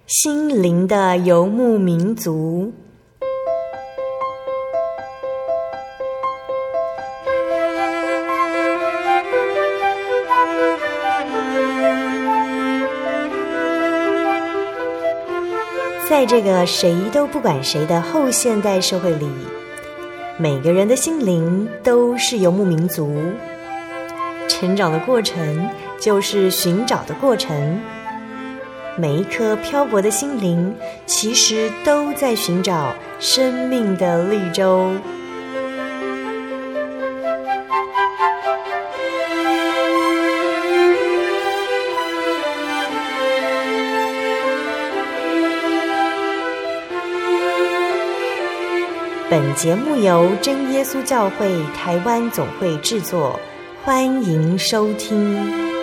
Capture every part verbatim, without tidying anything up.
心灵的游牧民族。在这个谁都不管谁的后现代社会里，每个人的心灵都是游牧民族。成长的过程就是寻找的过程，每一颗漂泊的心灵其实都在寻找生命的绿洲。本节目由真耶稣教会台湾总会制作，欢迎收听。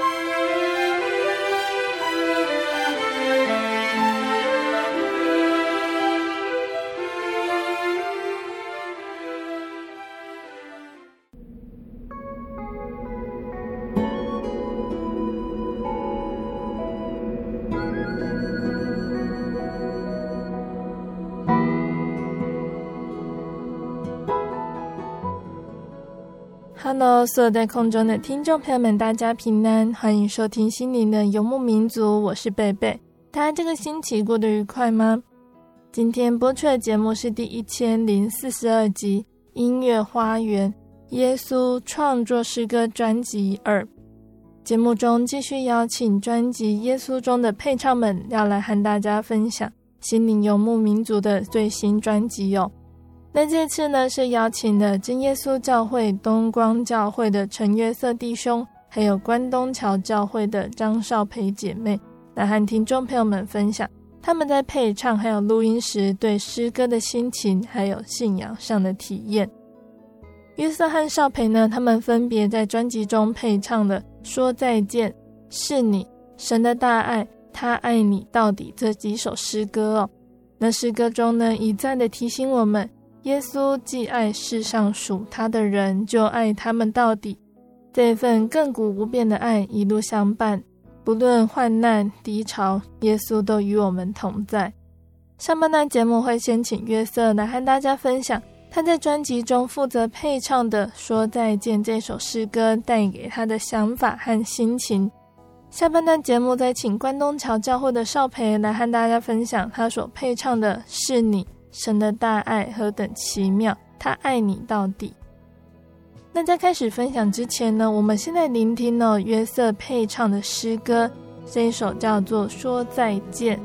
Hello， 所有在空中的听众朋友们，大家平安，欢迎收听心灵的游牧民族，我是贝贝。大家这个星期过得愉快吗？今天播出的节目是第一千零四十二集音乐花园耶稣创作诗歌专辑二。节目中继续邀请专辑耶稣中的配唱们要来和大家分享心灵游牧民族的最新专辑哦。那这次呢，是邀请了真耶稣教会东光教会的陈约瑟弟兄，还有关东桥教会的张少培姐妹，来和听众朋友们分享他们在配唱还有录音时对诗歌的心情，还有信仰上的体验。约瑟和少培呢，他们分别在专辑中配唱了说再见、是你、神的大爱、他爱你到底这几首诗歌哦。那诗歌中呢，一再的提醒我们，耶稣既爱世上属他的人，就爱他们到底。这份亘古不变的爱一路相伴，不论患难低潮，耶稣都与我们同在。上半段节目会先请约瑟来和大家分享他在专辑中负责配唱的《说再见》这首诗歌带给他的想法和心情。下半段节目再请关东桥教会的少培来和大家分享他所配唱的《是你》，神的大爱何等奇妙，他爱你到底。那在开始分享之前呢，我们现在聆听哦约瑟配唱的诗歌，这一首叫做《说再见》。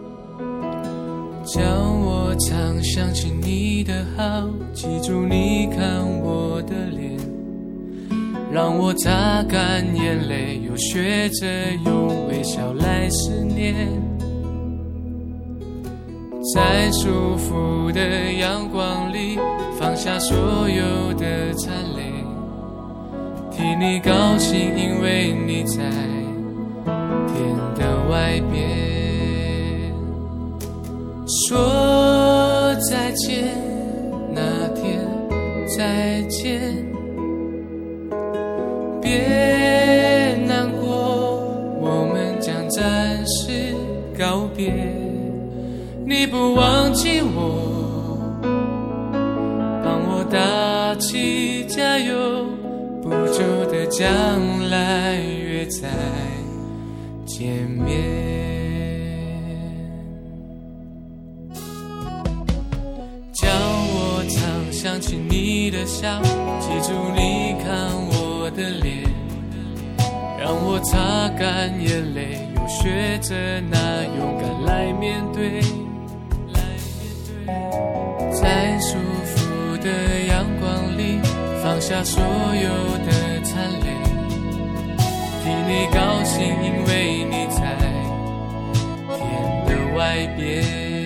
叫我常想起你的好，记住你看我的脸，让我擦干眼泪，又学着用微笑来思念。在舒服的阳光里放下所有的残累，替你高兴，因为你在天的外边。说再见，那天再见，别难过，我们将暂时告别。你不忘记我，帮我打气加油，不久的将来约再见面。叫我常想起你的笑，记住你看我的脸，让我擦干眼泪，又学着那勇敢来面对。在舒服的阳光里放下所有的残累，替你高兴，因为你在天的外边。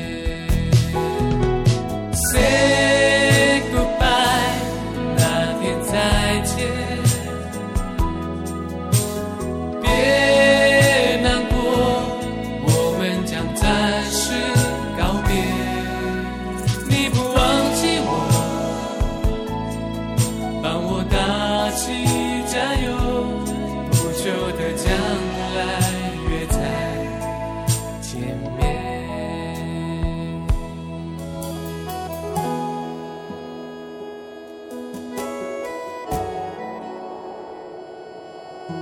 Say goodbye， 那天再见，别难过，我们将暂时告别。你不忘记我，帮我打气加油，不久的将来约在见面。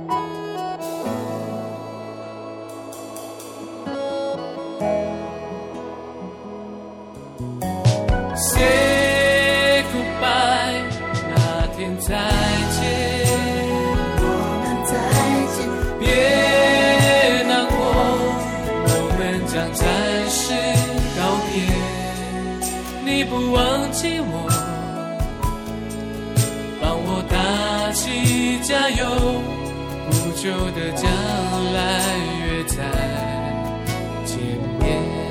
Say goodbye， 那天再见， 我们再见， 别难过，我们将暂时告别。你不忘记我，帮我打气加油，不久的将来约再见面。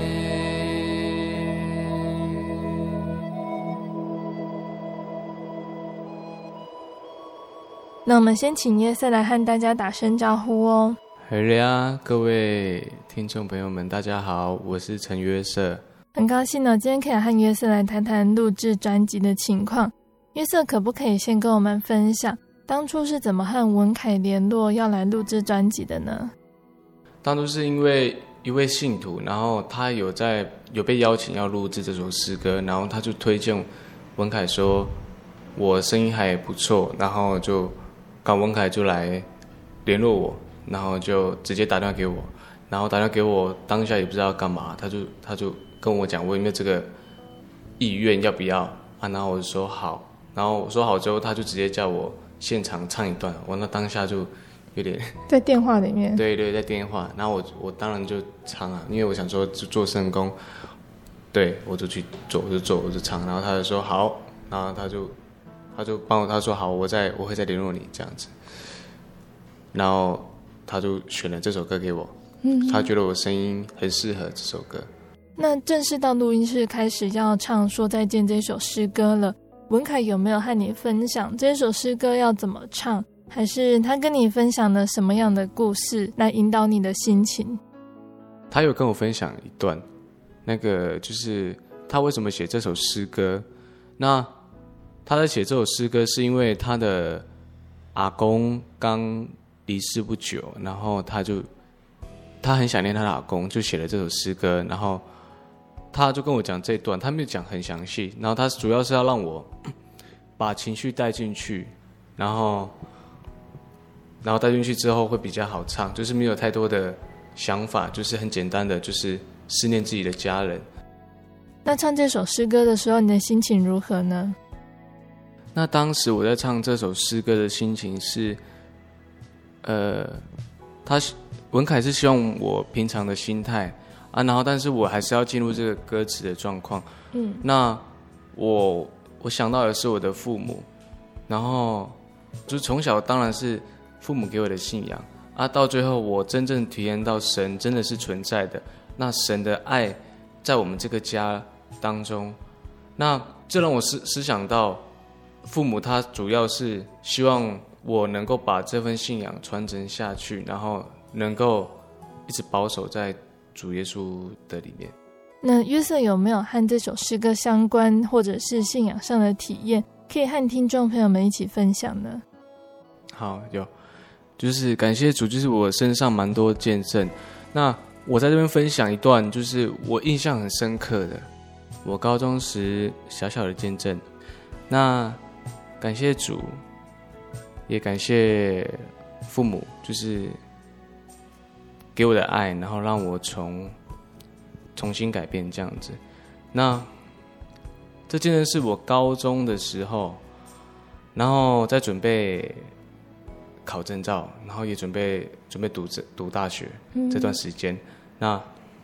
那我们先请约瑟来和大家打声招呼哦。 嘿嘞啊，各位听众朋友们，大家好，我是陈约瑟。 很高兴呢，今天可以和约瑟来谈谈录制专辑的情况。约瑟可不可以先跟我们分享，当初是怎么和文凯联络要来录制专辑的呢？ 当初是因为一位信徒，然后他有在有被邀请要录制这首诗歌，然后他就推荐文凯说我声音还不错，然后就刚文凯就来联络我，然后就直接打电话给我，然后打电话给我当下也不知道要干嘛，他就他就跟我讲我有没有这个意愿要不要啊，然后我就说好，然后我说好之后他就直接叫我现场唱一段，我那当下就有点在电话里面， 对对，在电话，然后我我当然就唱啊，因为我想说就做圣工，对我就去做，我就做，我就唱，然后他就说好，然后他就他就帮我，他说好，我再我会再联络你这样子，然后他就选了这首歌给我，嗯，他觉得我声音很适合这首歌。 那正式到录音室开始要唱《说再见》这首诗歌了，文凯有没有和你分享这首诗歌要怎么唱？还是他跟你分享了什么样的故事来引导你的心情？ 他有跟我分享一段，那个就是他为什么写这首诗歌。那他在写这首诗歌是因为他的阿公刚离世不久，然后他就他很想念他的阿公，就写了这首诗歌，然后他就跟我讲这一段，他没有讲很详细，然后他主要是要让我把情绪带进去，然后然后带进去之后会比较好唱，就是没有太多的想法，就是很简单的，就是思念自己的家人。 那唱这首诗歌的时候，你的心情如何呢？ 那当时我在唱这首诗歌的心情是，呃，他文凯是希望我平常的心态啊，然后但是我还是要进入这个歌词的状况。嗯，那我我想到的是我的父母，然后就是从小当然是父母给我的信仰啊，到最后我真正体验到神真的是存在的，那神的爱在我们这个家当中，那这让我思思想到父母他主要是希望我能够把这份信仰传承下去，然后能够一直保守在主耶稣的里面。 那约瑟有没有和这首诗歌相关或者是信仰上的体验，可以和听众朋友们一起分享呢？ 好，有，就是感谢主，就是我身上蛮多见证。那我在这边分享一段，就是我印象很深刻的，我高中时小小的见证。那感谢主，也感谢父母，就是给我的爱，然后让我从重新改变这样子。那这件事是我高中的时候，然后在准备考证照，然后也准备准备读读大学这段时间。嗯、那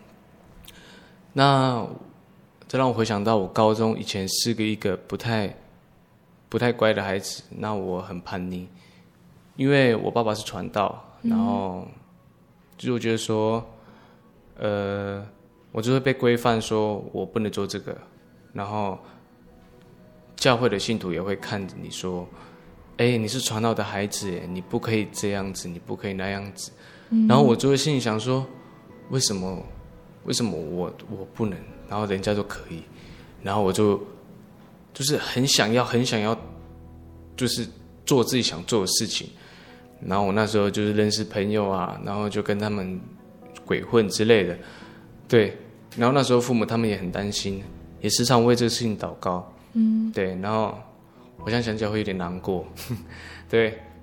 那这让我回想到我高中以前是个一个不太不太乖的孩子，那我很叛逆，因为我爸爸是传道，然后就是我觉得说，呃，我就会被规范说我不能做这个，然后教会的信徒也会看着你说，哎，你是传道的孩子，你不可以这样子，你不可以那样子，嗯、然后我就会心里想说，为什么为什么我我不能，然后人家就可以，然后我就就是很想要很想要，就是做自己想做的事情。然后我那时候就是认识朋友啊，然后就跟他们鬼混之类的，对。然后那时候父母他们也很担心，也时常为这个事情祷告，嗯，对。然后我现在想起来会有点难过，对。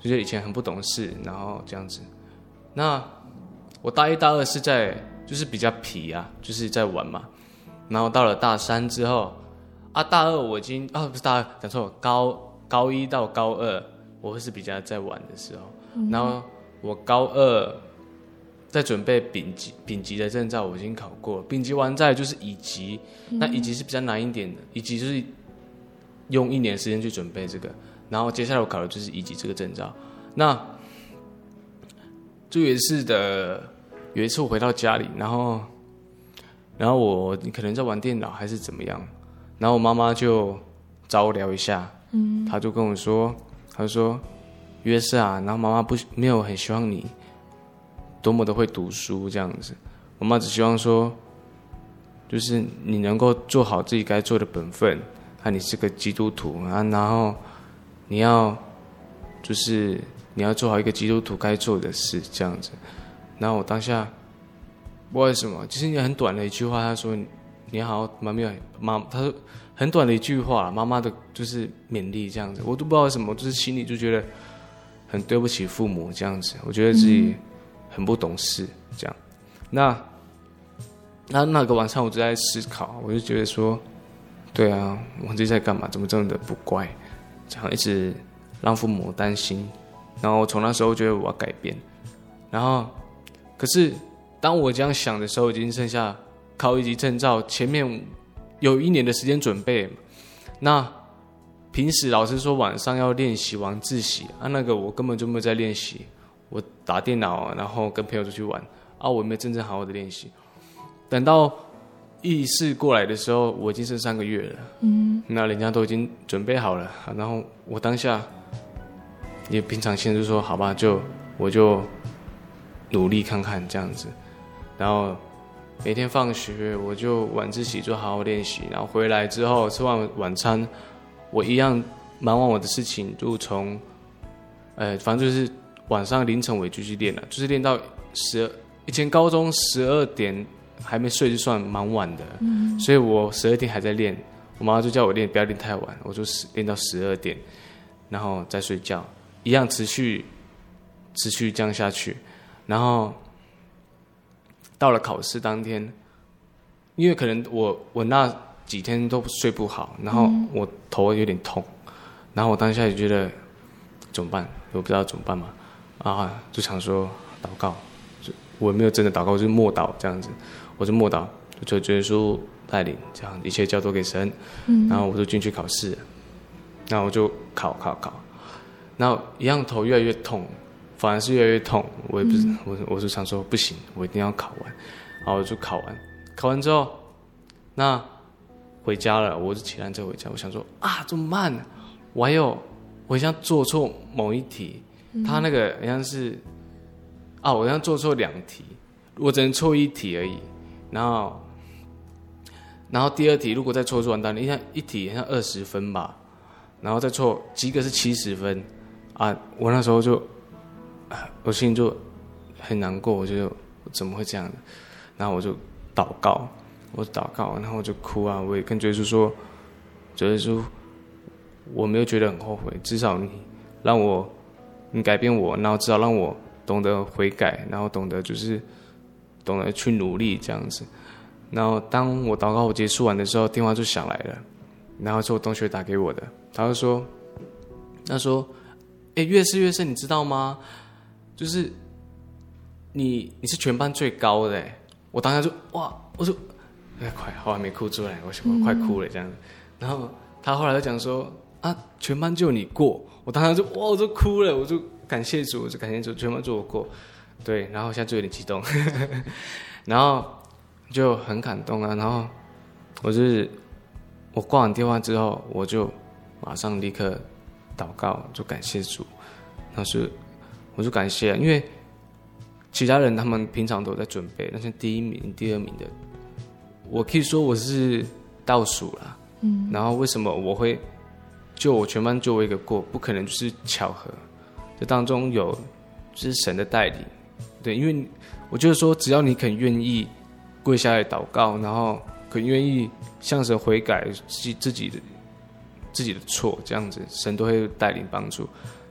就是以前很不懂事，然后这样子。那我大一大二是在就是比较皮啊，就是在玩嘛。然后到了大三之后啊，大二我已经啊不是大二讲错，高高一到高二我会是比较在玩的时候。嗯、然后我高二在准备丙级丙级的证照，我已经考过了。丙级完再就是乙级，嗯、那乙级是比较难一点的，乙级就是用一年时间去准备这个。然后接下来我考的就是乙级这个证照。那就有一次的，有一次我回到家里，然后，然后我可能在玩电脑还是怎么样，然后我妈妈就找我聊一下，嗯，她就跟我说，她就说，约瑟啊，然后妈妈不没有很希望你多么的会读书这样子，我妈只希望说，就是你能够做好自己该做的本分，啊，你是个基督徒啊，然后你要就是你要做好一个基督徒该做的事这样子。然后我当下不知道为什么，其实很短的一句话，她说你好好妈咪妈，她说很短的一句话，妈妈的就是勉励这样子，我都不知道为什么，就是心里就觉得很对不起父母这样子，我觉得自己很不懂事这样。那那那个晚上我就在思考，我就觉得说，对啊，我自己在干嘛？怎么这么的不乖？这样一直让父母担心。然后从那时候觉得我要改变。然后，可是当我这样想的时候，已经剩下考一级证照，前面有一年的时间准备。那平时老师说晚上要练习晚自习啊，那个我根本就没有在练习，我打电脑，然后跟朋友出去玩啊，我没有真正好好的练习。等到意识过来的时候，我已经剩三个月了。嗯，那人家都已经准备好了，然后我当下也平常心就说好吧，就我就努力看看这样子。然后每天放学我就晚自习就好好练习，然后回来之后吃完晚餐，我一样忙完我的事情，就从呃反正就是晚上凌晨我也继续练了，就是练到十二，以前高中十二点还没睡就算蛮晚的，嗯，所以我十二点还在练，我妈妈就叫我练，不要练太晚，我就练到十二点，然后再睡觉，一样持续持续这样下去，然后到了考试当天，因为可能我我那几天都睡不好，然后我头有点痛，然后我当下也觉得怎么办，我不知道怎么办嘛，啊，就想说祷告，我没有真的祷告，我就是默祷这样子。我就默祷，就求耶稣带领，这样一切交托给神。嗯，然后我就进去考试，然后我就考考考，然后一样头越来越痛，反而是越来越痛。我也不是，嗯、我我就想说不行，我一定要考完。然后我就考完，考完之后，那回家了，我就起来再回家。我想说啊，怎么办？我还有，我好像做错某一题，嗯、他那个好像是啊，我好像做错两题，我只能错一题而已。然后，然后第二题如果再错就完蛋了，一像一题好像二十分吧，然后再错及格是七十分，啊，我那时候就，我心里就很难过，我就怎么会这样？然后我就祷告，我祷告，然后我就哭啊，我也跟耶稣说，耶稣，我没有觉得很后悔，至少你让我，你改变我，然后至少让我懂得悔改，然后懂得就是。懂得去努力这样子，然后当我祷告我结束完的时候，电话就响来了，然后是我同学打给我的，他就说，他说，哎，越是越是，你知道吗？就是你你是全班最高的，哎，我当时就哇，我说，哎快，我还没哭出来，我我快哭了这样子，然后他后来就讲说，啊，全班就你过，我当时就哇，我就哭了，我就感谢主，我就感谢主，全班就我过。对，然后现在就有点激动，然后就很感动啊。然后我就是我挂完电话之后，我就马上立刻祷告，就感谢主。那是我就感谢，因为其他人他们平常都在准备，那些第一名、第二名的，我可以说我是倒数啦。嗯，然后为什么我会就我全班就我一个过？不可能就是巧合，这当中有就是神的带领。对，因为我就是说，只要你肯愿意跪下来祷告，然后肯愿意向神悔改自己的自己的错，这样子，神都会带领帮助。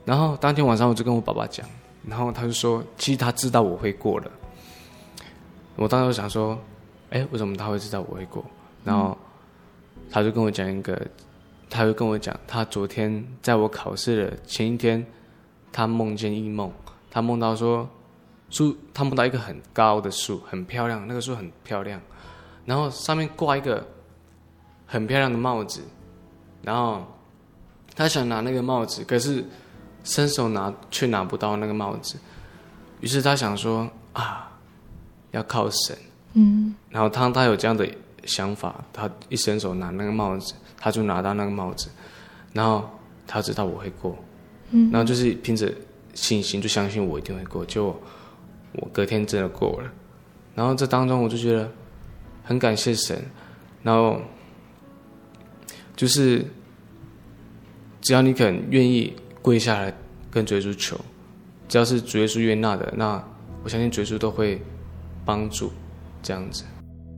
然后当天晚上我就跟我爸爸讲，然后他就说，其实他知道我会过了。我当时想说，哎，为什么他会知道我会过？然后他就跟我讲一个，他就跟我讲，他昨天在我考试的前一天，他梦见异梦，他梦到说树，他梦到一个很高的树，很漂亮，那个树很漂亮，然后上面挂一个很漂亮的帽子，然后他想拿那个帽子，可是伸手拿却拿不到那个帽子，于是他想说啊，要靠神。 嗯， 然后当他有这样的想法，他一伸手拿那个帽子，他就拿到那个帽子，然后他知道我会过，嗯，然后就是凭着信心就相信我一定会过，就我隔天真的过了。然后这当中我就觉得很感谢神，然后就是只要你肯愿意跪下来跟主耶稣求，只要是主耶稣悦纳的，那我相信主耶稣都会帮助这样子。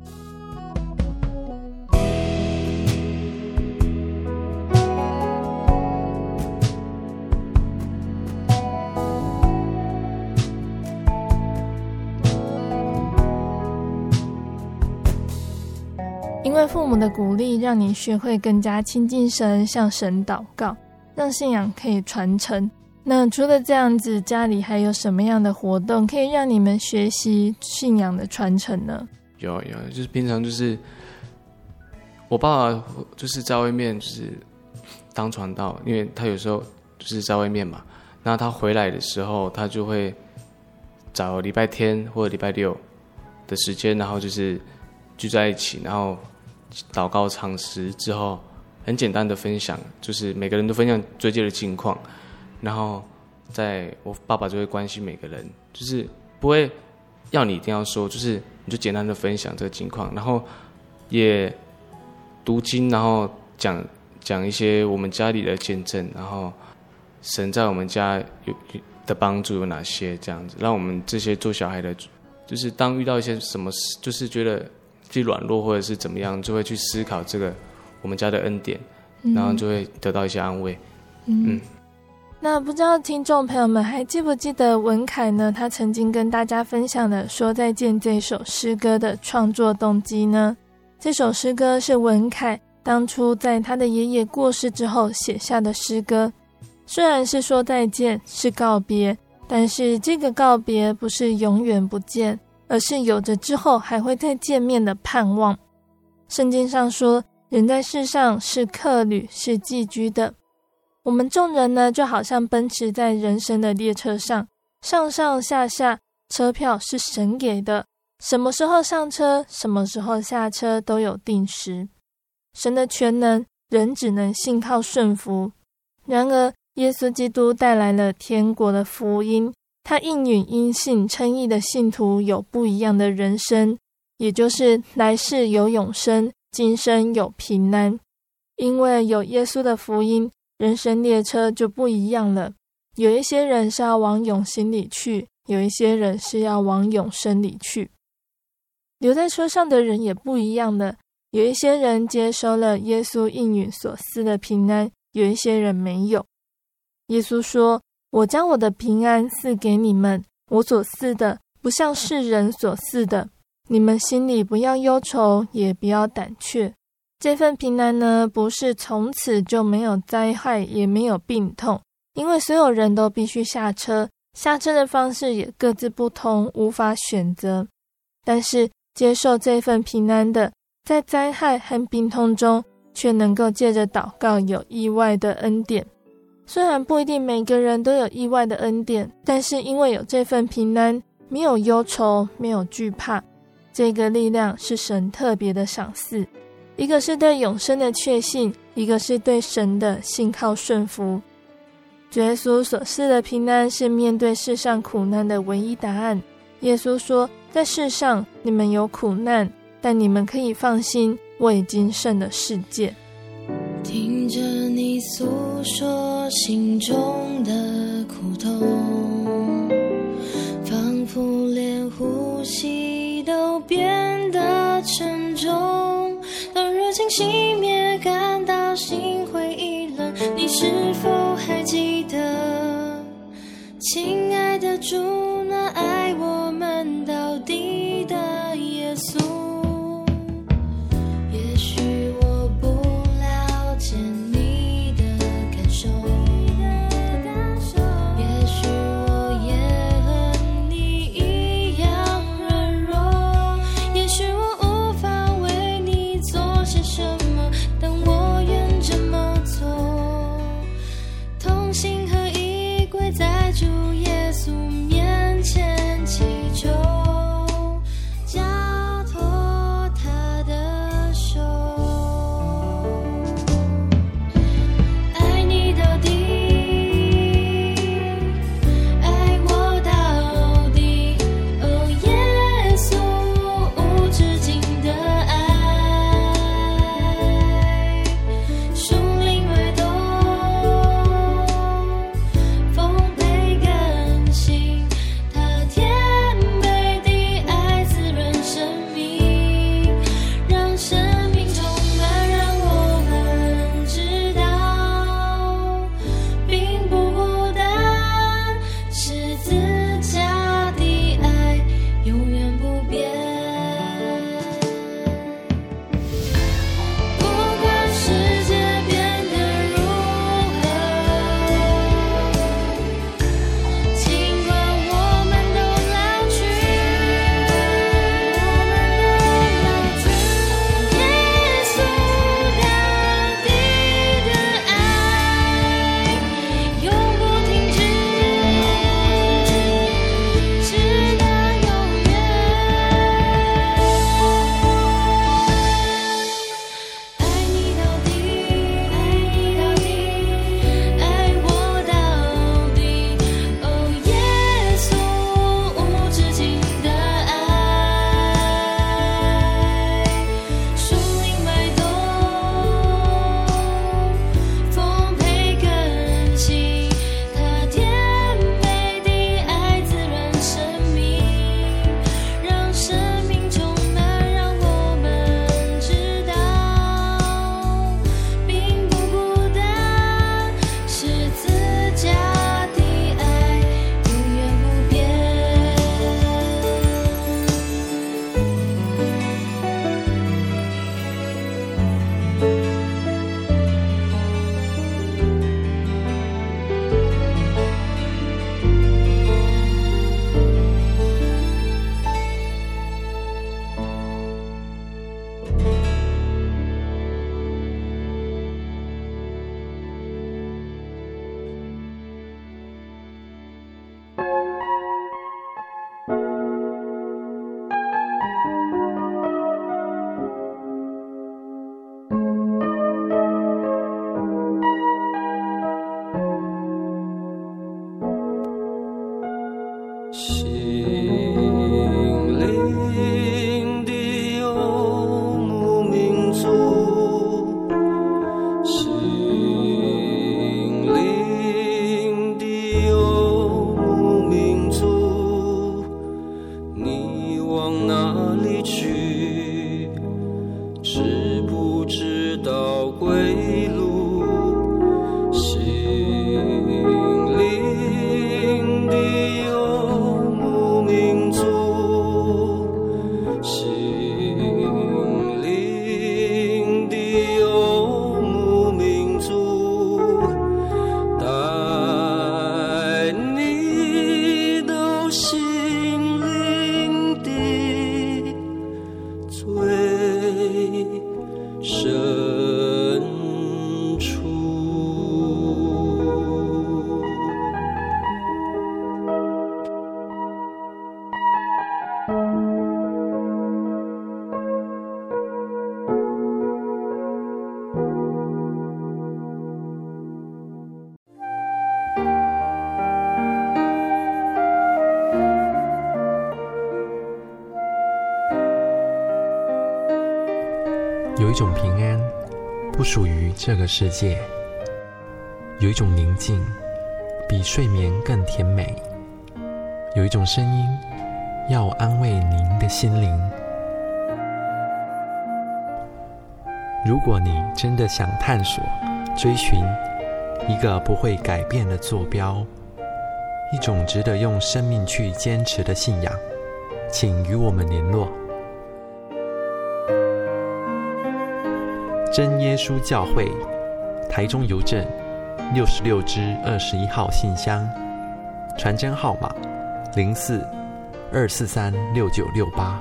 因为父母的鼓励，让你学会更加亲近神，向神祷告，让信仰可以传承。那除了这样子，家里还有什么样的活动可以让你们学习信仰的传承呢？ 有有，就是平常就是我爸爸就是在外面就是当传道，因为他有时候就是在外面嘛，那他回来的时候，他就会找礼拜天或者礼拜六的时间，然后就是聚在一起，然后祷告唱诗之后，很简单的分享，就是每个人都分享最近的近况，然后在我爸爸就会关心每个人，就是不会要你一定要说，就是你就简单的分享这个近况，然后也读经，然后讲讲一些我们家里的见证，然后神在我们家有的帮助有哪些，这样子让我们这些做小孩的，就是当遇到一些什么事，就是觉得自己软弱或者是怎么样，就会去思考这个我们家的恩典，然后就会得到一些安慰。嗯，嗯那不知道听众朋友们还记不记得文凯呢？他曾经跟大家分享的《说再见》这首诗歌的创作动机呢？这首诗歌是文凯当初在他的爷爷过世之后写下的诗歌。虽然是说再见，是告别，但是这个告别不是永远不见，而是有着之后还会再见面的盼望。圣经上说，人在世上是客旅，是寄居的。我们众人呢，就好像奔驰在人生的列车上，上上下下，车票是神给的，什么时候上车，什么时候下车都有定时。神的全能，人只能信靠顺服。然而耶稣基督带来了天国的福音，他应允因信称义的信徒有不一样的人生，也就是来世有永生，今生有平安。因为有耶稣的福音，人生列车就不一样了。有一些人是要往永sinh里去，有一些人是要往永生里去。留在车上的人也不一样了，有一些人接收了耶稣应允所赐的平安，有一些人没有。耶稣说，我将我的平安赐给你们，我所赐的不像世人所赐的，你们心里不要忧愁，也不要胆怯。这份平安呢，不是从此就没有灾害，也没有病痛，因为所有人都必须下车，下车的方式也各自不同，无法选择。但是接受这份平安的，在灾害和病痛中，却能够借着祷告有意外的恩典。虽然不一定每个人都有意外的恩典，但是因为有这份平安，没有忧愁，没有惧怕，这个力量是神特别的赏赐。一个是对永生的确信，一个是对神的信靠顺服。主耶稣所赐的平安是面对世上苦难的唯一答案。耶稣说，在世上你们有苦难，但你们可以放心，我已经胜了世界。 听着你诉说心中的苦痛，仿佛连呼吸都变得沉重。当热情熄灭，感到心灰意冷，你是否还记得亲爱的主，那爱我们到底的耶稣。也许我不了解你的感受，也许我也和你一样软弱，也许我无法为你做些什么，但我愿这么做。同心合意跪在主耶稣面前祈求，交托他的手。爱你到底，爱我到底，哦，耶稣无止境的爱，树林脉动，丰沛更新，他天北地爱滋润生命，让生命充满，让我们知道并不孤单，十字架的爱永远不变。不管世界变得如何，尽管我们都老去，耶稣到底的爱永不停止，直到永远。爱你到底，爱你到底，爱我到底，哦，耶稣无止境的爱，树林脉动，丰沛更新，他天北地爱滋润生命，让生命充满，让我们知道并不孤单，十字架的爱永远不变。 心灵的游牧民族，心灵的游牧民族，你往哪里去？知不知道归路？心灵的游牧民族，心灵的游牧民族，带你到心灵的最深处。 有一种平安不属于这个世界，有一种宁静比睡眠更甜美，有一种声音要安慰您的心灵。如果你真的想探索追寻一个不会改变的坐标， 一种值得用生命去坚持的信仰，请与我们联络。真耶稣教会，台中邮政六十六支二十一号信箱，传真号码零四二四三六九六八。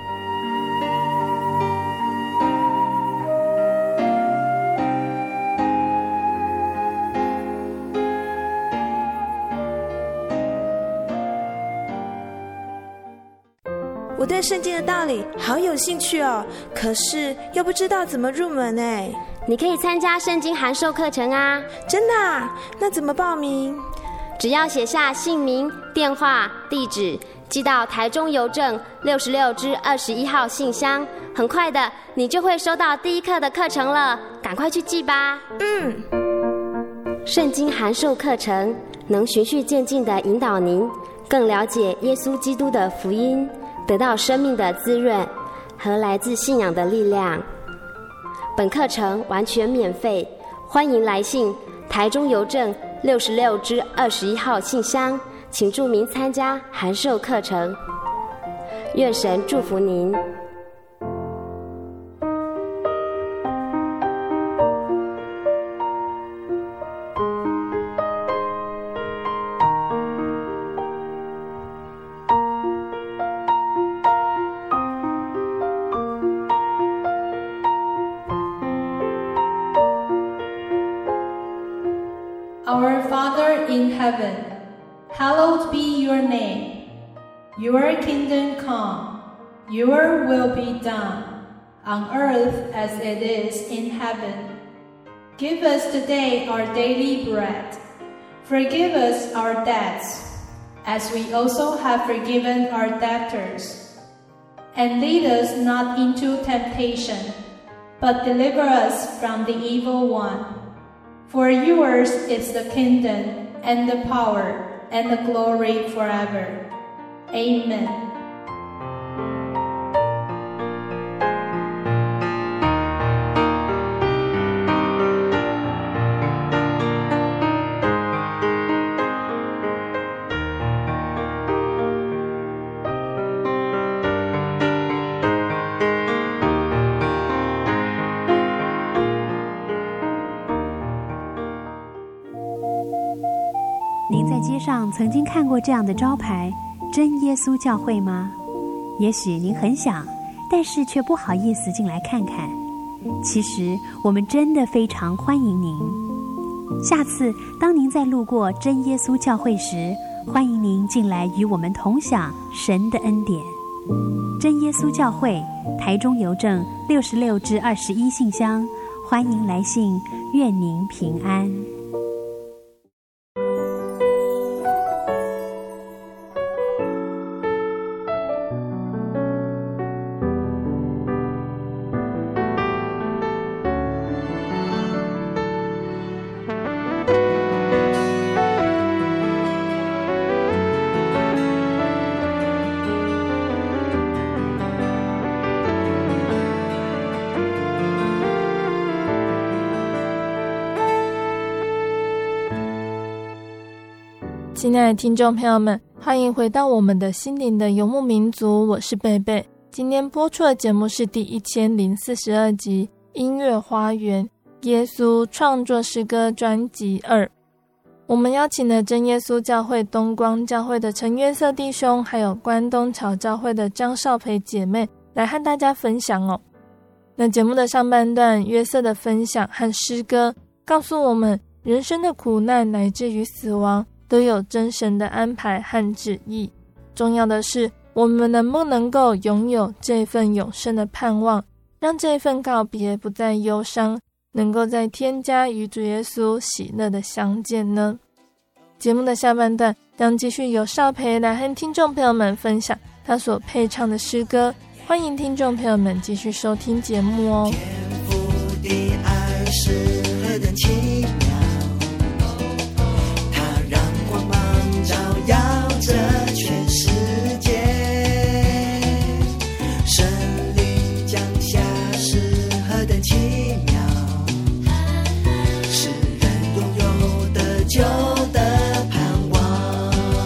我对圣经的道理好有兴趣哦，可是又不知道怎么入门哎。 你可以参加圣经函授课程啊。 真的啊？那怎么报名？ 只要写下姓名、电话、地址，寄到台中邮政六十六支二十一号信箱，很快的你就会收到第一课的课程了，赶快去寄吧。 嗯。 圣经函授课程能循序渐进地引导您更了解耶稣基督的福音，得到生命的滋润和来自信仰的力量。本课程完全免费，欢迎来信台中邮政六十六支二十一号信箱，请注明参加函授课程。愿神祝福您。 Our Father in heaven, hallowed be your name. Your kingdom come, your will be done, on earth as it is in heaven. Give us today our daily bread. Forgive us our debts, as we also have forgiven our debtors. And lead us not into temptation, but deliver us from the evil one.For yours is the kingdom, and the power, and the glory forever. Amen. 您在街上曾经看过这样的招牌真耶稣教会吗？也许您很想，但是却不好意思进来看看。其实我们真的非常欢迎您。下次当您在路过真耶稣教会时，欢迎您进来与我们同享神的恩典。真耶稣教会，台中邮政六十六支二十一信箱，欢迎来信，愿您平安。 亲爱的听众朋友们，欢迎回到我们的心灵的游牧民族，我是贝贝。今天播出的节目是第一千零四十二集音乐花园耶稣创作诗歌专辑二。我们邀请了真耶稣教会东光教会的陈约瑟弟兄，还有关东桥教会的张少培姐妹来和大家分享哦。那节目的上半段，约瑟的分享和诗歌告诉我们，人生的苦难乃至于死亡都有真神的安排和旨意。重要的是，我们能不能够拥有这份永生的盼望，让这份告别不再忧伤，能够在天家与主耶稣喜乐的相见呢？节目的下半段将继续由少培来和听众朋友们分享他所配唱的诗歌，欢迎听众朋友们继续收听节目哦。 天父的爱是何等奇妙，照耀着全世界，神灵降下是何等奇妙，是人拥有得救的盼望。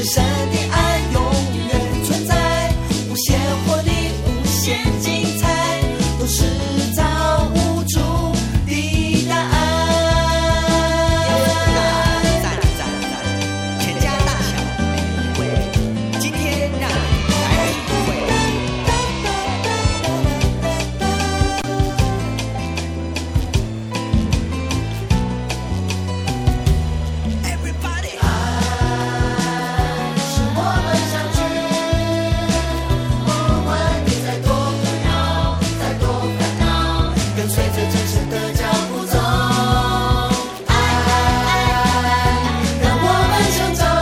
至神的爱永远存在，无限活力，无限精彩，都是造物主的答案。赞赞赞！全家大小每一位，今天让你来体会。Everybody， 爱是我们相聚，无论你在多困扰，在多烦恼，跟随着真实的脚步走。爱爱爱，让我们成长，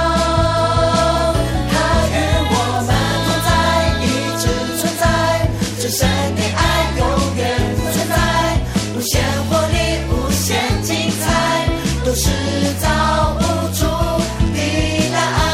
它与我们同在，一直存在，真神的爱永远存在，无限活力，无限精彩，都是造物主的答案。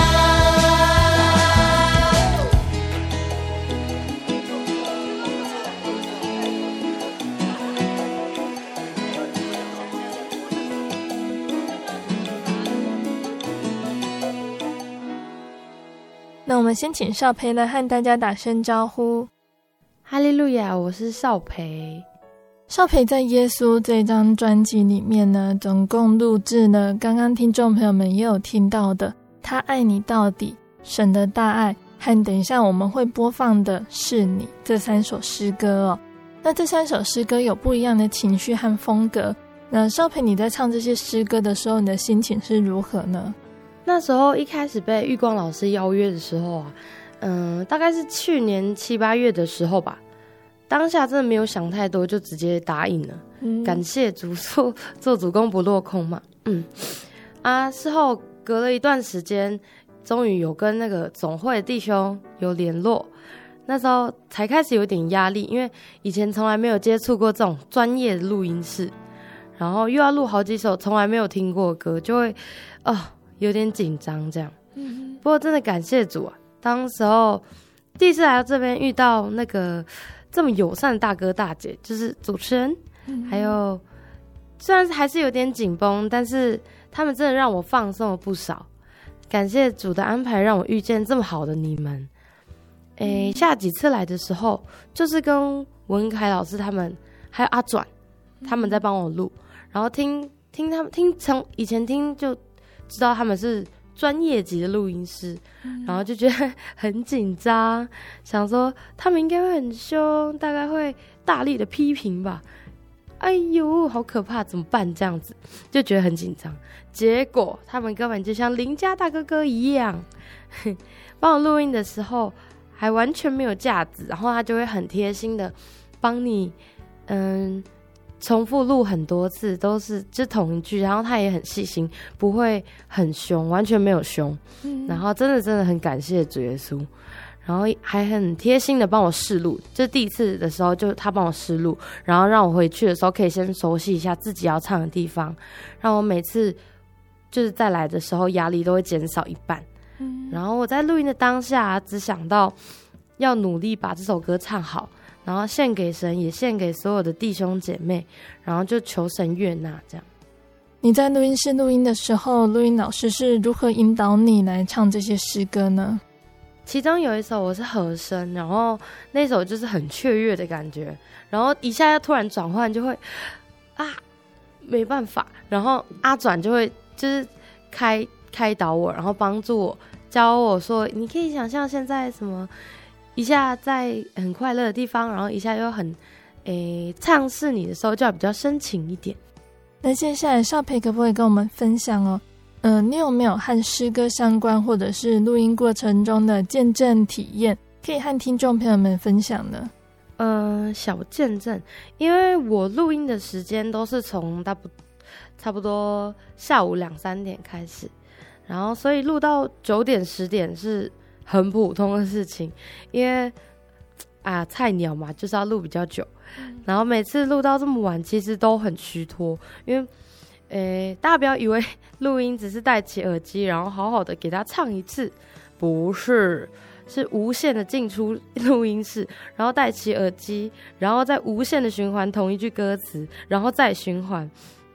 那我们先请少培来和大家打声招呼。 哈利路亚，我是少培。 少培在耶稣这张专辑里面呢，总共录制了刚刚听众朋友们也有听到的他爱你到底、神的大爱和等一下我们会播放的是你这三首诗歌哦。那这三首诗歌有不一样的情绪和风格，那少培你在唱这些诗歌的时候，你的心情是如何呢？ 那时候一开始被玉光老师邀约的时候啊，嗯、呃，大概是去年七八月的时候吧，当下真的没有想太多，就直接答应了。嗯，感谢主，做做主公不落空嘛。嗯，啊，事后隔了一段时间，终于有跟那个总会的弟兄有联络，那时候才开始有点压力，因为以前从来没有接触过这种专业的录音室，然后又要录好几首从来没有听过的歌，就会哦有点紧张这样。嗯，不过真的感谢主啊，当时候第一次来到这边遇到那个这么友善的大哥大姐，就是主持人，嗯，还有虽然还是有点紧绷，但是他们真的让我放松了不少。感谢主的安排，让我遇见这么好的你们。诶，下几次来的时候，就是跟文凯老师他们还有阿转，他们在帮我录，然后听听他们听从以前听就知道他们是专业级的录音师，然后就觉得很紧张，想说他们应该会很凶，大概会大力的批评吧。哎呦，好可怕，怎么办？这样子就觉得很紧张。结果他们根本就像邻家大哥哥一样，帮我录音的时候还完全没有架子，然后他就会很贴心的帮你，嗯。重复录很多次都是就同一句，然后他也很细心，不会很凶，完全没有凶、嗯、然后真的真的很感谢主耶稣，然后还很贴心的帮我试录，就第一次的时候就他帮我试录，然后让我回去的时候可以先熟悉一下自己要唱的地方，让我每次就是再来的时候压力都会减少一半、嗯、然后我在录音的当下只想到要努力把这首歌唱好，然后献给神，也献给所有的弟兄姐妹，然后就求神悦纳这样。 你在录音室录音的时候，录音老师是如何引导你来唱这些诗歌呢？ 其中有一首我是和声，然后那首就是很雀跃的感觉，然后一下要突然转换就会啊没办法，然后阿转就会就是开开导我，然后帮助我，教我说你可以想象现在什么一下在很快乐的地方，然后一下又很诶唱是你的时候就要比较深情一点。 那接下来少培可不可以跟我们分享哦？呃，你有没有和诗歌相关或者是录音过程中的见证体验，可以和听众朋友们分享呢？ 嗯、呃，小见证，因为我录音的时间都是从大不差不多下午两三点开始，然后所以录到九点十点是很普通的事情，因为啊菜鸟嘛，就是要录比较久，然后每次录到这么晚，其实都很虚脱，因为，诶，大家不要以为录音只是戴起耳机，然后好好的给他唱一次，不是，是无限的进出录音室，然后戴起耳机，然后再无限的循环同一句歌词，然后再循环，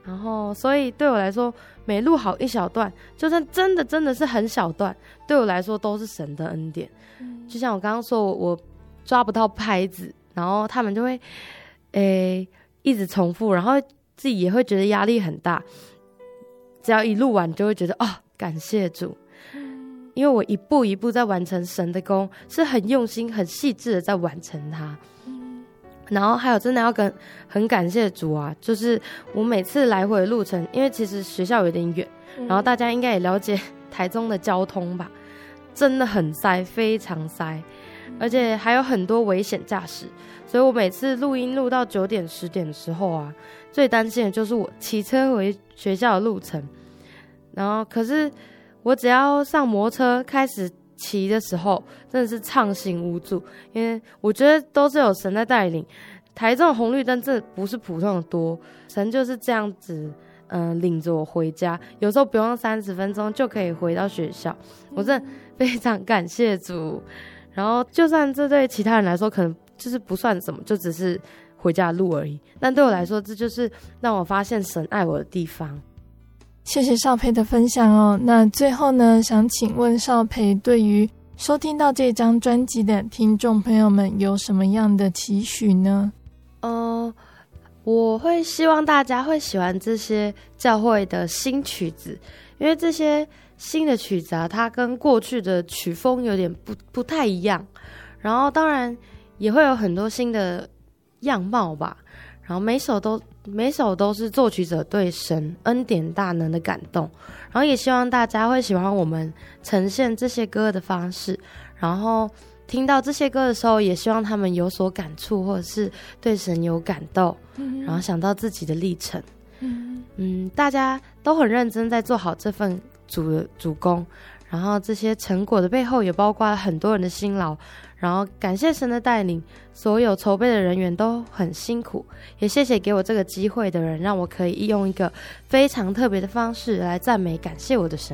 然后所以对我来说，每录好一小段，就算真的真的是很小段，对我来说都是神的恩典。嗯、就像我刚刚说，我我抓不到拍子，然后他们就会诶一直重复，然后自己也会觉得压力很大。只要一录完，就会觉得哦，感谢主，嗯、因为我一步一步在完成神的工，是很用心、很细致的在完成它。嗯、然后还有真的要跟很感谢主啊，就是我每次来回的路程，因为其实学校有点远，嗯、然后大家应该也了解台中的交通吧，真的很塞，非常塞，而且还有很多危险驾驶，所以我每次录音录到九点、十点的时候啊，最担心的就是我骑车回学校的路程。然后可是我只要上摩托车开始骑的时候，真的是畅行无阻，因为我觉得都是有神在带领。台中的红绿灯真的不是普通的多，神就是这样子嗯、呃，领着我回家，有时候不用三十分钟就可以回到学校，我真的非常感谢主。然后就算这对其他人来说可能就是不算什么，就只是回家的路而已，但对我来说这就是让我发现神爱我的地方。 谢谢少培的分享哦。那最后呢，想请问少培对于收听到这张专辑的听众朋友们有什么样的期许呢？ 呃，我会希望大家会喜欢这些教会的新曲子，因为这些新的曲子啊，它跟过去的曲风有点不不太一样，然后当然也会有很多新的样貌吧，然后每首都每首都是作曲者对神恩典大能的感动，然后也希望大家会喜欢我们呈现这些歌的方式，然后听到这些歌的时候也希望他们有所感触，或者是对神有感动，嗯、然后想到自己的历程。嗯, 嗯，大家都很认真在做好这份主的主工，然后这些成果的背后也包括了很多人的辛劳，然后感谢神的带领，所有筹备的人员都很辛苦，也谢谢给我这个机会的人，让我可以用一个非常特别的方式来赞美感谢我的神。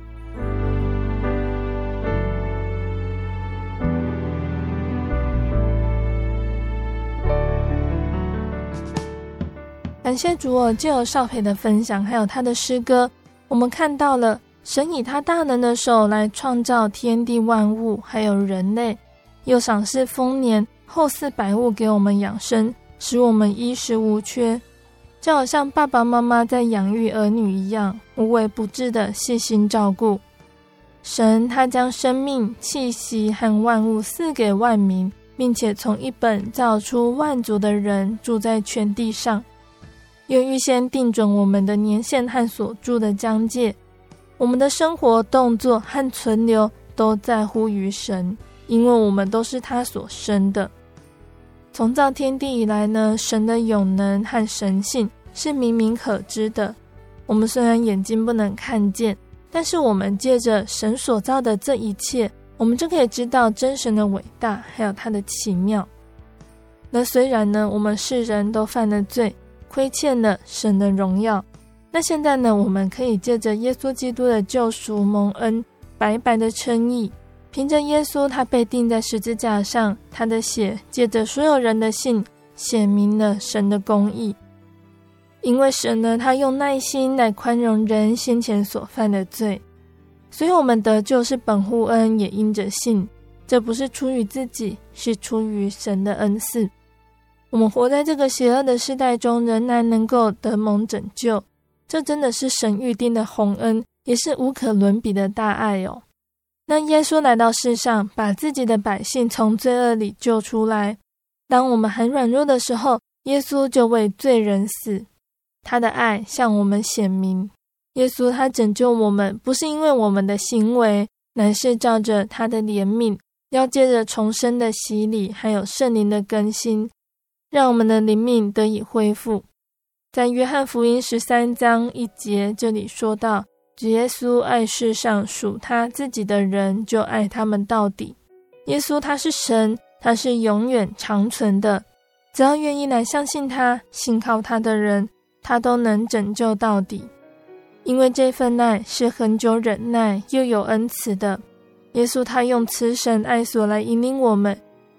感谢主哦，藉由少培的分享还有他的诗歌，我们看到了神以他大能的手来创造天地万物还有人类，又赏赐丰年厚赐百物给我们养生，使我们衣食无缺，就好像爸爸妈妈在养育儿女一样，无微不至的细心照顾。神他将生命气息和万物赐给万民，并且从一本造出万族的人住在全地上，又预先定准我们的年限和所住的疆界，我们的生活动作和存留都在乎于神，因为我们都是他所生的。从造天地以来呢，神的永能和神性是明明可知的，我们虽然眼睛不能看见，但是我们借着神所造的这一切，我们就可以知道真神的伟大还有他的奇妙。那虽然呢我们世人都犯了罪，亏欠了神的荣耀，那现在呢我们可以借着耶稣基督的救赎蒙恩，白白的称义，凭着耶稣他被钉在十字架上，他的血借着所有人的信显明了神的公义。因为神呢他用耐心来宽容人先前所犯的罪，所以我们得救是本乎恩，也因着信，这不是出于自己，是出于神的恩赐。我们活在这个邪恶的世代中，仍然能够得蒙拯救，这真的是神预定的宏恩，也是无可伦比的大爱哦。那耶稣来到世上，把自己的百姓从罪恶里救出来，当我们很软弱的时候，耶稣就为罪人死，他的爱向我们显明。耶稣他拯救我们，不是因为我们的行为，乃是照着他的怜悯，要借着重生的洗礼还有圣灵的更新，让我们的灵命得以恢复。在约翰福音十三章一节，这里说到，主耶稣爱世上属他自己的人，就爱他们到底。耶稣他是神，他是永远长存的，只要愿意来相信他，信靠他的人，他都能拯救到底。因为这份爱是恒久忍耐又有恩慈的，耶稣他用慈神爱所来引领我们，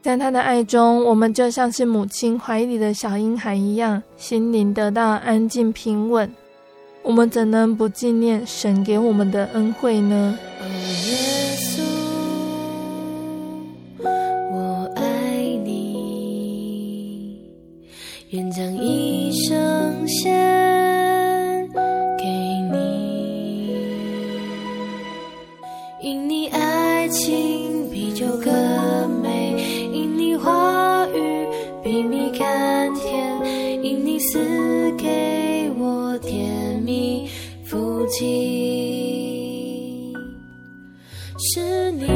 在他的爱中，我们就像是母亲怀里的小婴孩一样，心灵得到安静平稳。我们怎能不纪念神给我们的恩惠呢？ 哦，耶稣，我爱你，愿将一生献给你，因你爱情比酒更美，因你话语比蜜更甜，因你赐给我甜蜜福气，是你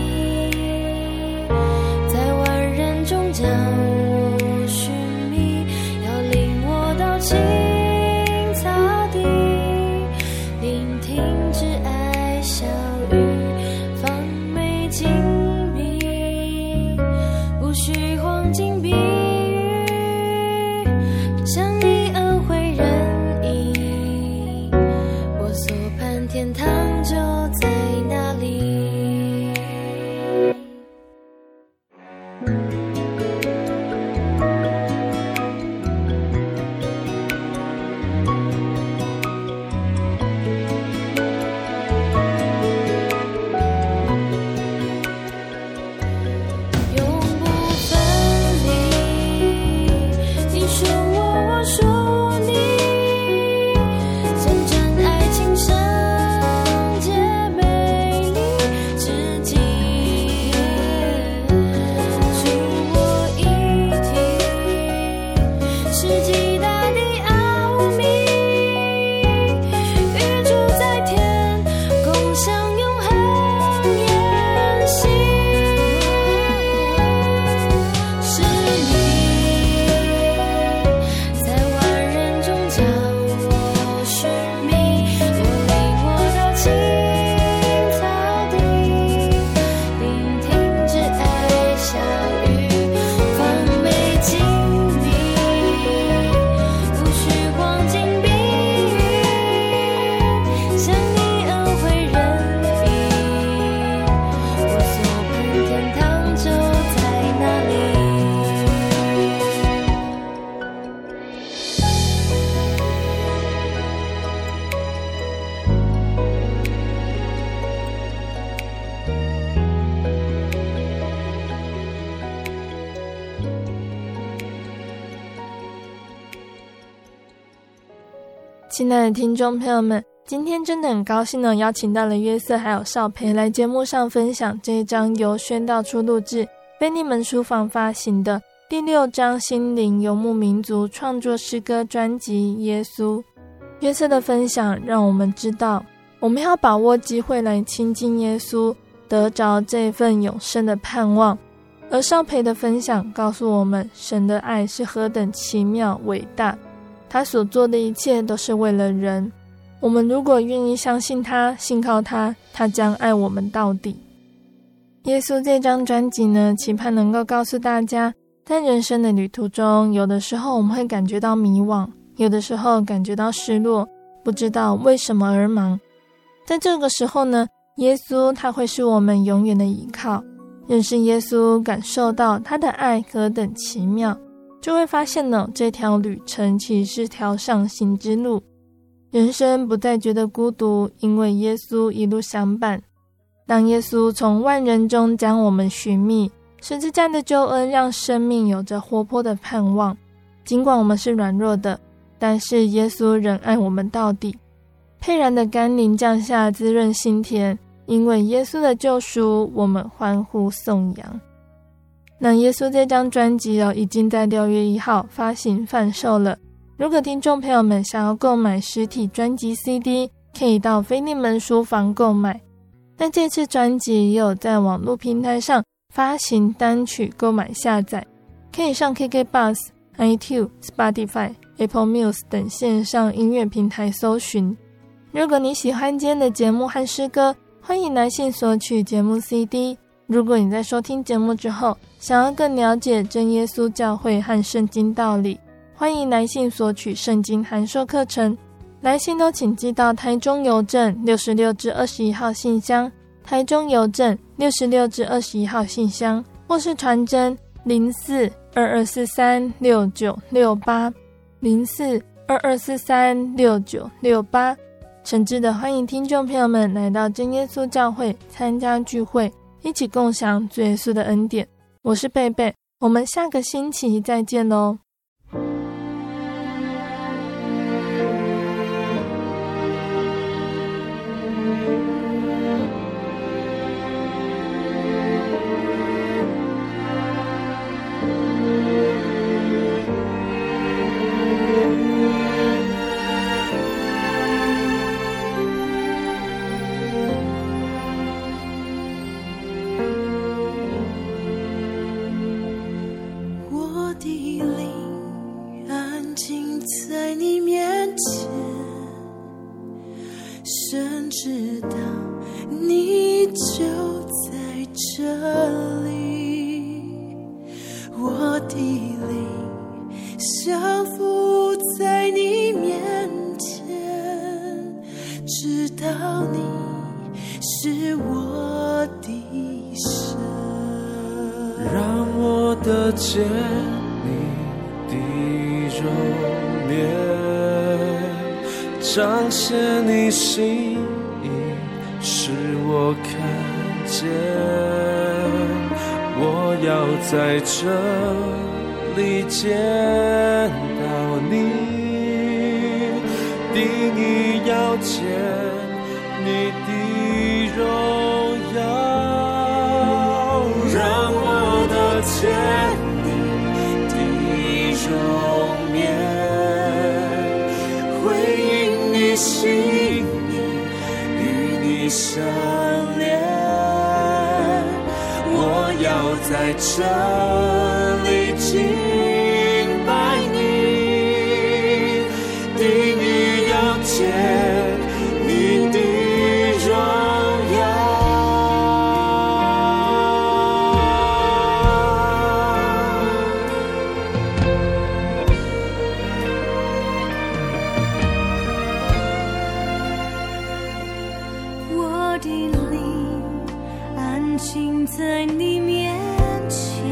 在万人中将我寻觅，要领我到青草地，聆听挚爱笑语，放美精密，不需黄金比喻，像你恩惠仁义，我所盼天堂就在那里。永不分离，你说我，我说你，真正爱情圣洁美丽至极，主我一体，是极大的奥秘，与主在天共享永恒筵席，是你在万人中将我寻觅，又领我到青草地，聆听挚爱笑语，放美精密，不需黄金比喻，像你恩惠仁义，我所盼天堂就在那里。 亲爱的听众朋友们，今天真的很高兴呢，邀请到了约瑟还有少培来节目上分享这一张由宣道出录制菲利门书房发行的第六章心灵游牧民族创作诗歌专辑《耶稣》。约瑟的分享让我们知道，我们要把握机会来亲近耶稣，得着这份永生的盼望。而少培的分享告诉我们，神的爱是何等奇妙伟大，他所做的一切都是为了人。我们如果愿意相信他，信靠他，他将爱我们到底。耶稣这张专辑呢，期盼能够告诉大家，在人生的旅途中，有的时候我们会感觉到迷惘，有的时候感觉到失落，不知道为什么而忙。在这个时候呢，耶稣他会是我们永远的依靠。认识耶稣，感受到他的爱何等奇妙，就会发现呢，这条旅程其实是条上行之路。人生不再觉得孤独，因为耶稣一路相伴。当耶稣从万人中将我们寻觅，十字架的救恩让生命有着活泼的盼望。尽管我们是软弱的，但是耶稣仍爱我们到底。沛然的甘霖降下，滋润心田，因为耶稣的救赎，我们欢呼颂扬。那耶稣这张专辑哦，已经在六月一号发行贩售了。如果听众朋友们想要购买实体专辑 C D， 可以到菲利门书房购买。那这次专辑也有在网络平台上发行单曲购买下载，可以上 K K B O X、iTunes、Spotify、Apple Music 等线上音乐平台搜寻。如果你喜欢今天的节目和诗歌，欢迎来信索取节目 C D。如果你在收听节目之后，想要更了解真耶稣教会和圣经道理，欢迎来信索取圣经函授课程。来信都请寄到台中邮政六十六至二十一号信箱，台中邮政六十六至二十一号信箱，或是传真零四二二四三六九六八零四二二四三六九六八。诚挚的欢迎听众朋友们来到真耶稣教会参加聚会，一起共享主耶稣的恩典。我是贝贝，我们下个星期再见咯。 彰显你心意，使我看见，我要在这里见到你，定义要见你的荣耀，让我的见你的容颜，心意与你相连，我要在这里敬拜你，定义要见你的荣耀。 在你面前，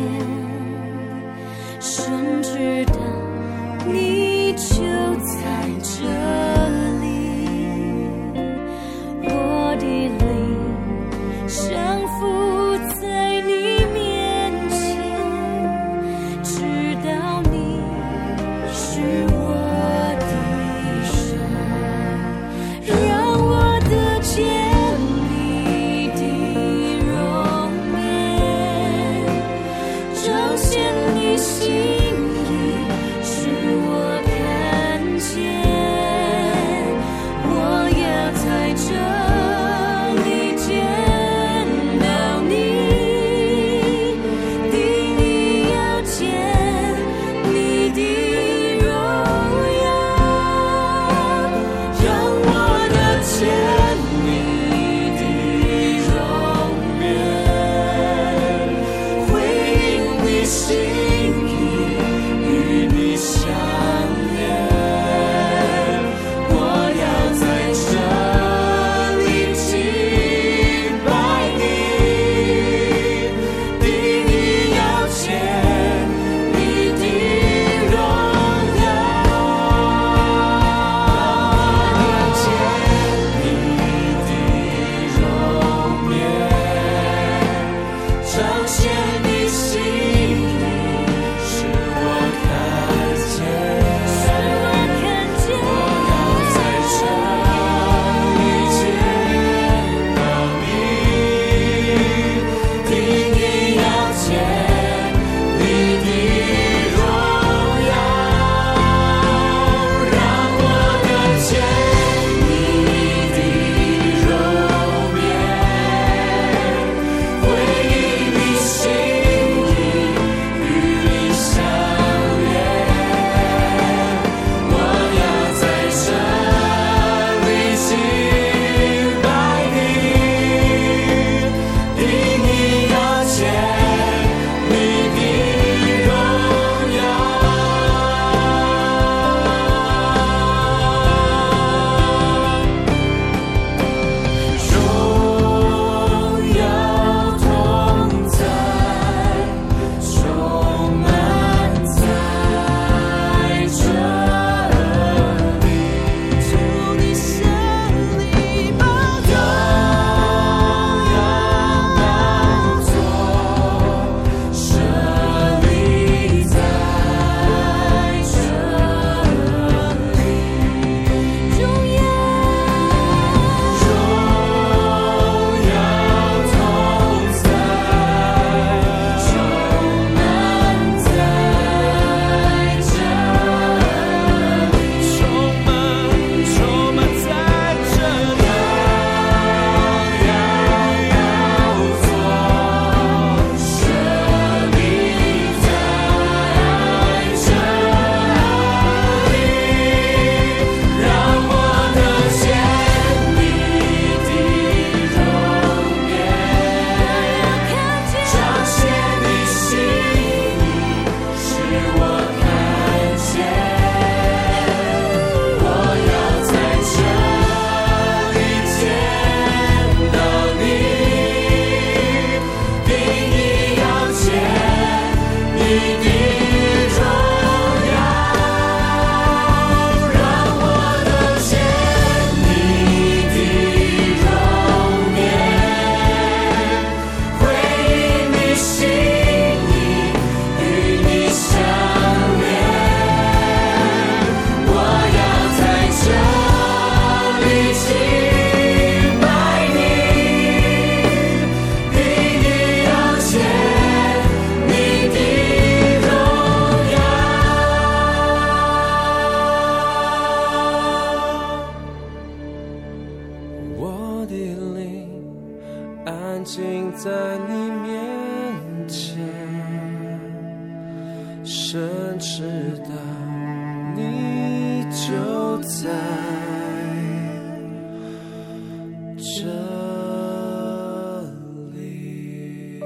深知道你就在这里，我的灵降服在你面前，知道你是我的神，让我的见彰显你心意面前，深知道你就在这里。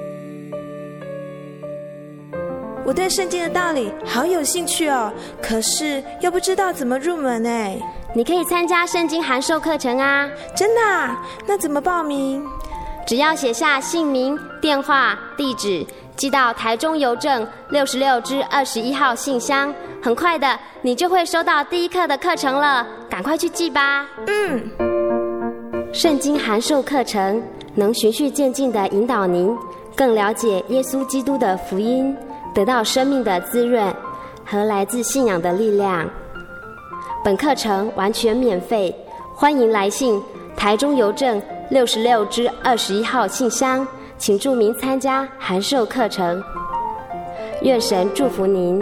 我对圣经的道理好有兴趣哦，可是又不知道怎么入门哎。 你可以参加圣经函授课程啊！ 真的啊？那怎么报名？ 只要写下姓名、电话、地址，寄到台中邮政六十六支二十一号信箱，很快的，你就会收到第一课的课程了。赶快去寄吧！ 嗯。 圣经函授课程能循序渐进地引导您更了解耶稣基督的福音，得到生命的滋润和来自信仰的力量。本课程完全免费，欢迎来信台中邮政六十六支二十一号信箱，请注明参加函授课程。愿神祝福您。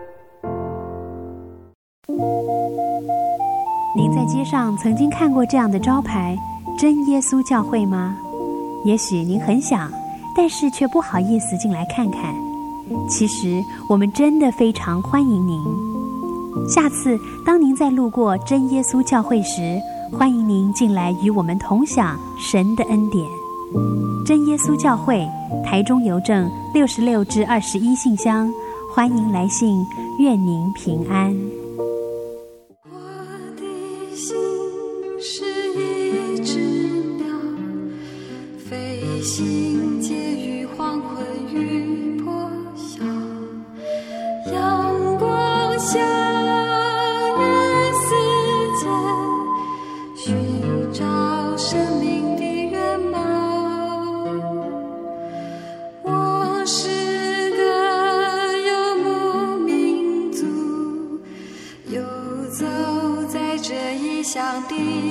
您在街上曾经看过这样的招牌“真耶稣教会”吗？也许您很想，但是却不好意思进来看看。其实我们真的非常欢迎您。下次当您在路过真耶稣教会时，欢迎您进来与我们同享神的恩典。真耶稣教会，台中邮政六十六至二十一信箱，欢迎来信，愿您平安。 我的心是一只鸟，飞行介于黄昏与破晓，阳光下想的